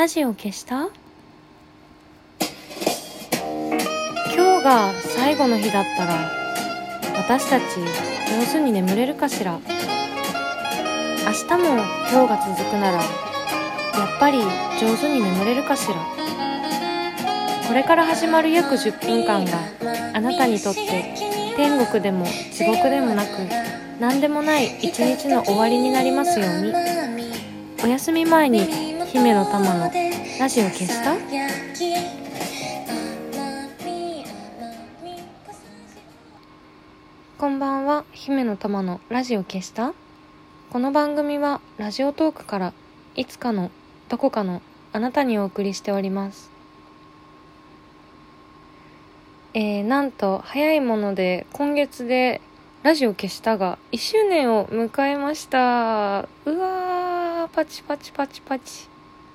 ラジオ消した？今日が最後の日だったら私たち上手に眠れるかしら。明日も今日が続くならやっぱり上手に眠れるかしら。これから始まる約10分間があなたにとって天国でも地獄でもなく何でもない一日の終わりになりますように。お休み前に姫の玉のラジオ消した？こんばんは、姫の玉のラジオ消した？この番組はラジオトークからいつかのどこかのあなたにお送りしております。なんと早いもので今月でラジオ消したが1周年を迎えました。うわー、パチパチパチパチ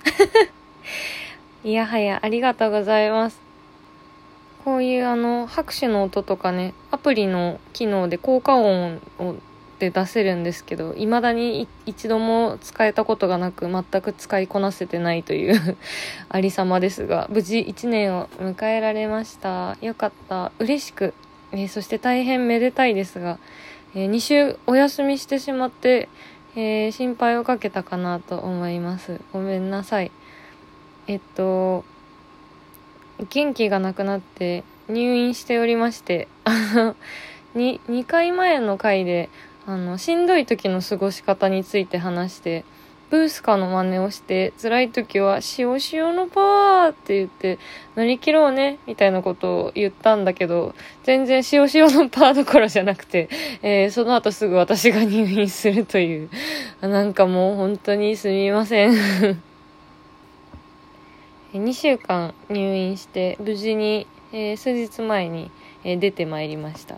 いやはやありがとうございます。こういう拍手の音とかね、アプリの機能で効果音で出せるんですけど、未だに一度も使えたことがなく全く使いこなせてないというありさまですが、無事1年を迎えられました。よかった、嬉しく、そして大変めでたいですが、2週お休みしてしまって、心配をかけたかなと思います。ごめんなさい。元気がなくなって入院しておりまして、2回前の回でしんどい時の過ごし方について話して、ブースカの真似をして辛い時は塩塩のパワーって言って乗り切ろうねみたいなことを言ったんだけど、全然塩塩のパワーどころじゃなくて、その後すぐ私が入院するという、なんかもう本当にすみません2週間入院して無事に、数日前に、出てまいりました。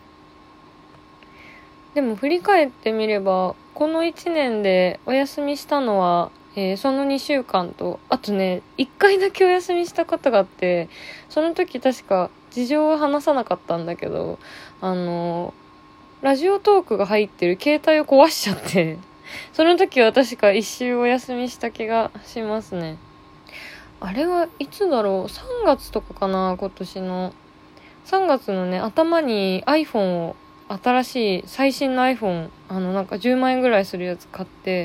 でも振り返ってみればこの1年でお休みしたのは、その2週間と、あとね1回だけお休みしたことがあって、その時確か事情は話さなかったんだけど、ラジオトークが入ってる携帯を壊しちゃって、その時は確か1週お休みした気がしますね。あれはいつだろう、3月とかかな。今年の3月のね頭に iPhone を、新しい最新の iPhone なんか10万円ぐらいするやつ買って、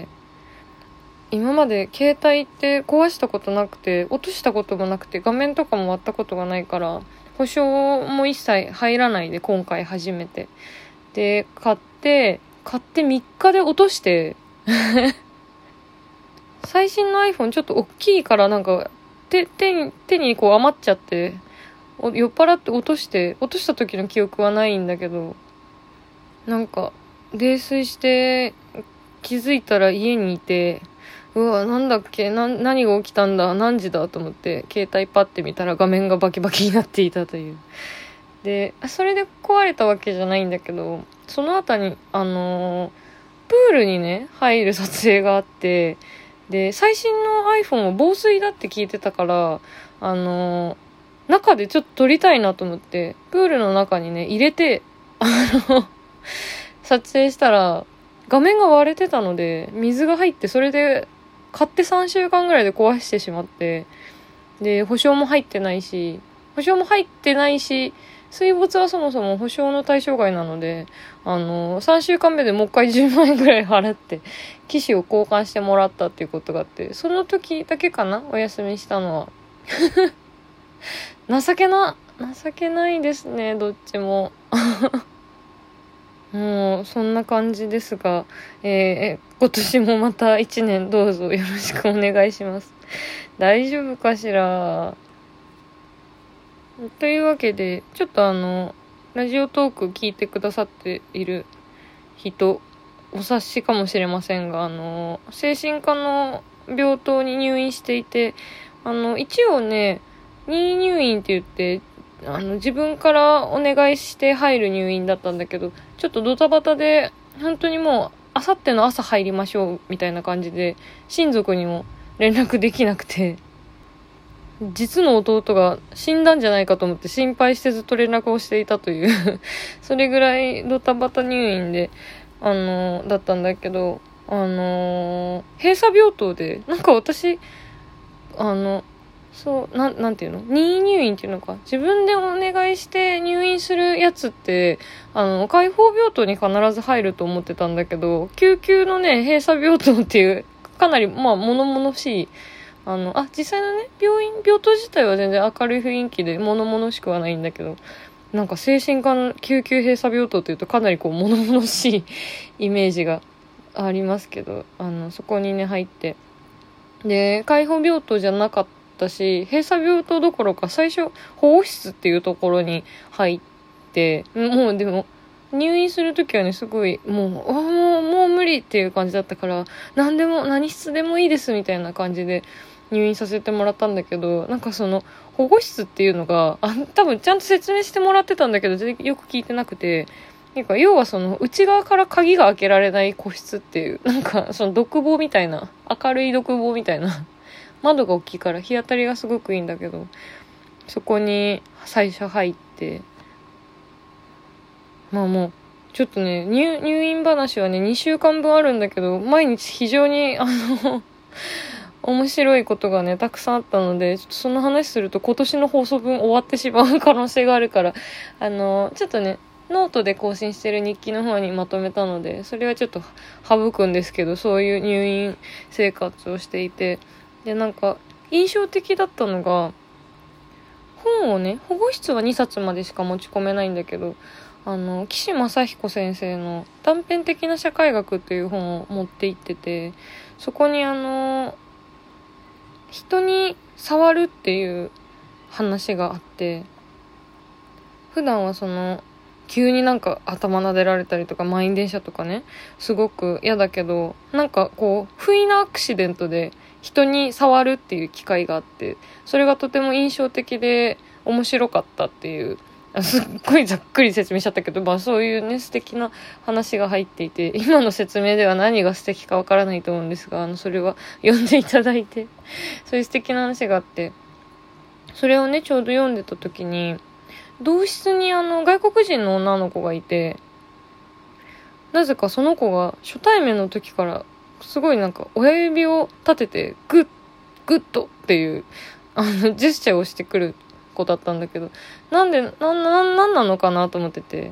今まで携帯って壊したことなくて落としたこともなくて画面とかも割ったことがないから保証も一切入らないで今回初めてで買って3日で落として最新の iPhone ちょっと大きいからなんか手にこう余っちゃって酔っ払って落とした時の記憶はないんだけど、なんか泥酔して気づいたら家にいて、うわなんだっけ、何が起きたんだ、何時だと思って携帯パッて見たら画面がバキバキになっていたという。でそれで壊れたわけじゃないんだけど、その後にプールにね入る撮影があって、で最新の iPhone を防水だって聞いてたから中でちょっと撮りたいなと思ってプールの中にね入れて撮影したら画面が割れてたので水が入って、それで買って3週間ぐらいで壊してしまって、で保証も入ってないし水没はそもそも保証の対象外なので3週間目でもう一回10万円ぐらい払って機種を交換してもらったっていうことがあって、その時だけかなお休みしたのは情けないですね、どっちももうそんな感じですが、今年もまた1年どうぞよろしくお願いします。大丈夫かしら。というわけでちょっとラジオトーク聞いてくださっている人お察しかもしれませんが、精神科の病棟に入院していて、一応ね任意入院って言って自分からお願いして入る入院だったんだけど、ちょっとドタバタで本当にもう明後日の朝入りましょうみたいな感じで親族にも連絡できなくて、実の弟が死んだんじゃないかと思って心配してずっと連絡をしていたというそれぐらいドタバタ入院でだったんだけど、閉鎖病棟でなんか私なんていうの、任意入院っていうのか、自分でお願いして入院するやつって、開放病棟に必ず入ると思ってたんだけど、救急のね、閉鎖病棟っていう、かなり、物々しい、実際のね、病棟自体は全然明るい雰囲気で物々しくはないんだけど、なんか精神科の救急閉鎖病棟っていうとかなりこう物々しいイメージがありますけど、そこにね、入って。で、開放病棟じゃなかったし、閉鎖病棟どころか最初、保護室っていうところに入って、もうでも、入院するときはね、すごい、もう無理っていう感じだったから、何室でもいいですみたいな感じで入院させてもらったんだけど、なんかその、保護室っていうのが、多分ちゃんと説明してもらってたんだけど、よく聞いてなくて、なんか要はその、内側から鍵が開けられない個室っていう、なんかその独房みたいな、明るい独房みたいな、窓が大きいから日当たりがすごくいいんだけど、そこに最初入って、もう、ちょっとね、入院話はね、2週間分あるんだけど、毎日非常に、面白いことがね、たくさんあったので、ちょっとその話すると今年の放送分終わってしまう可能性があるから、ちょっとね、ノートで更新してる日記の方にまとめたので、それはちょっと省くんですけど、そういう入院生活をしていて、で、なんか、印象的だったのが、本をね、保護室は2冊までしか持ち込めないんだけど、岸正彦先生の断片的な社会学という本を持って行ってて、そこに人に触るっていう話があって、普段はその、急になんか頭撫でられたりとか満員電車とかね、すごく嫌だけど、なんかこう、不意なアクシデントで人に触るっていう機会があって、それがとても印象的で面白かったっていう、すっごいざっくり説明しちゃったけど、そういうね、素敵な話が入っていて、今の説明では何が素敵かわからないと思うんですが、それは読んでいただいて、そういう素敵な話があって、それをね、ちょうど読んでた時に、同室に外国人の女の子がいて、なぜかその子が初対面の時からすごいなんか親指を立ててグッとっていうジェスチャーをしてくる子だったんだけど、なんなのかなと思ってて、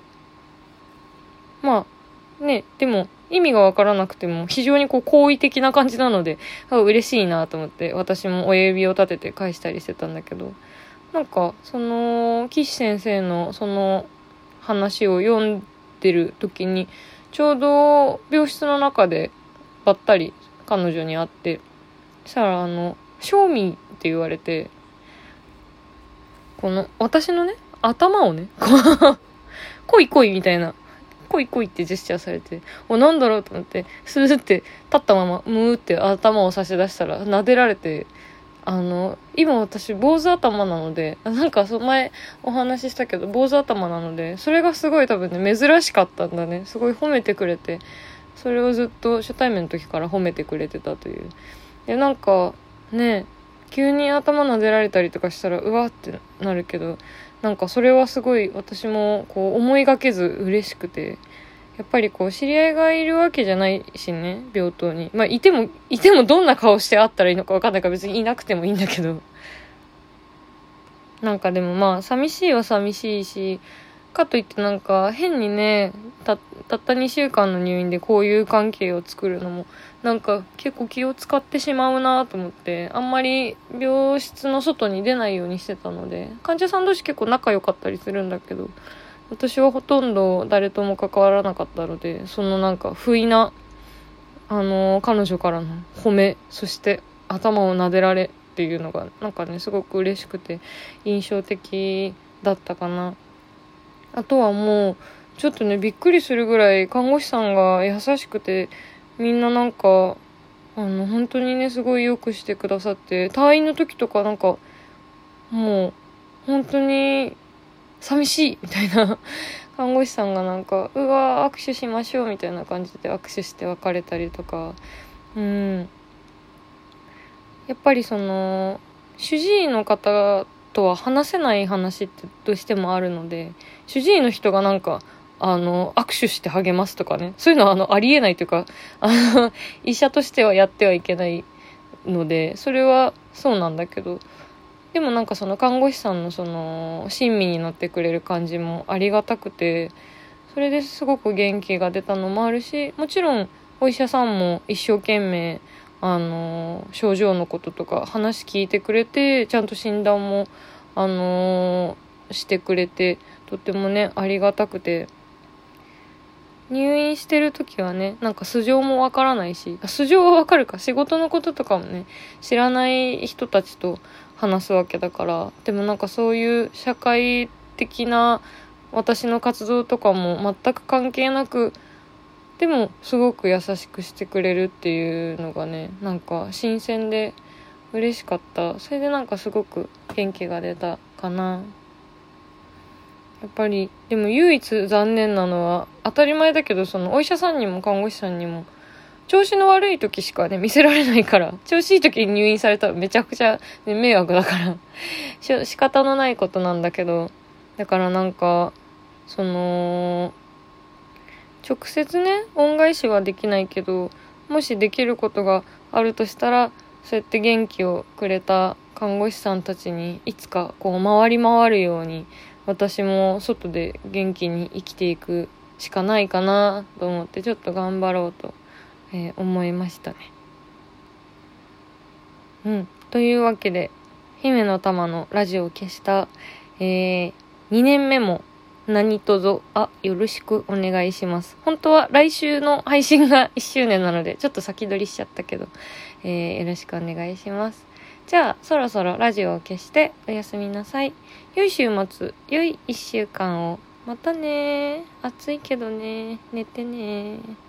でも意味がわからなくても非常にこう好意的な感じなので嬉しいなと思って、私も親指を立てて返したりしてたんだけど、なんかその岸先生のその話を読んでる時にちょうど病室の中でばったり彼女に会って、そしたら正味って言われて、この私のね頭をね来いみたいな、来いってジェスチャーされて、なんだろうと思ってスーって立ったままムーって頭を差し出したら撫でられて、今私坊主頭なので、なんか前お話ししたけど坊主頭なので、それがすごい多分ね珍しかったんだね。すごい褒めてくれて、それをずっと初対面の時から褒めてくれてたという。で、なんかね、急に頭撫でられたりとかしたらうわってなるけど、なんかそれはすごい私もこう思いがけず嬉しくて、やっぱりこう知り合いがいるわけじゃないしね、病棟に。いてもどんな顔して会ったらいいのかわかんないから別にいなくてもいいんだけど。なんかでも寂しいは寂しいし、かといってなんか変にね、たった2週間の入院でこういう関係を作るのも、なんか結構気を使ってしまうなと思って、あんまり病室の外に出ないようにしてたので、患者さん同士結構仲良かったりするんだけど、私はほとんど誰とも関わらなかったので、そのなんか不意な彼女からの褒め、そして頭を撫でられっていうのがなんかねすごく嬉しくて印象的だったかな。あとはもうちょっとねびっくりするぐらい看護師さんが優しくて、みんななんか本当にねすごいよくしてくださって、退院の時とかなんかもう本当に寂しいみたいな看護師さんがなんかうわ握手しましょうみたいな感じで握手して別れたりとか、やっぱりその主治医の方とは話せない話ってどうしてもあるので、主治医の人がなんか握手して励ますとかね、そういうのはありえないというか医者としてはやってはいけないので、それはそうなんだけど、でもなんかその看護師さんのその親身になってくれる感じもありがたくて、それですごく元気が出たのもあるし、もちろんお医者さんも一生懸命症状のこととか話聞いてくれて、ちゃんと診断もしてくれて、とってもねありがたくて、入院してる時はね、なんか素性もわからないし、素性はわかるか、仕事のこととかもね知らない人たちと話すわけだから、でもなんかそういう社会的な私の活動とかも全く関係なく、でもすごく優しくしてくれるっていうのがね、なんか新鮮で嬉しかった。それでなんかすごく元気が出たかな。やっぱりでも唯一残念なのは、当たり前だけど、そのお医者さんにも看護師さんにも調子の悪い時しかね見せられないから、調子いい時に入院されたらめちゃくちゃ、ね、迷惑だから仕方のないことなんだけど、だからなんかその直接ね恩返しはできないけど、もしできることがあるとしたら、そうやって元気をくれた看護師さんたちにいつかこう回り回るように、私も外で元気に生きていくしかないかなと思って、ちょっと頑張ろうと、思いましたね。というわけで、姫の玉のラジオを消した、2年目も何卒よろしくお願いします。本当は来週の配信が1周年なのでちょっと先取りしちゃったけど、よろしくお願いします。じゃあそろそろラジオを消しておやすみなさい。良い週末、良い1週間を。またね。暑いけどね、寝てね。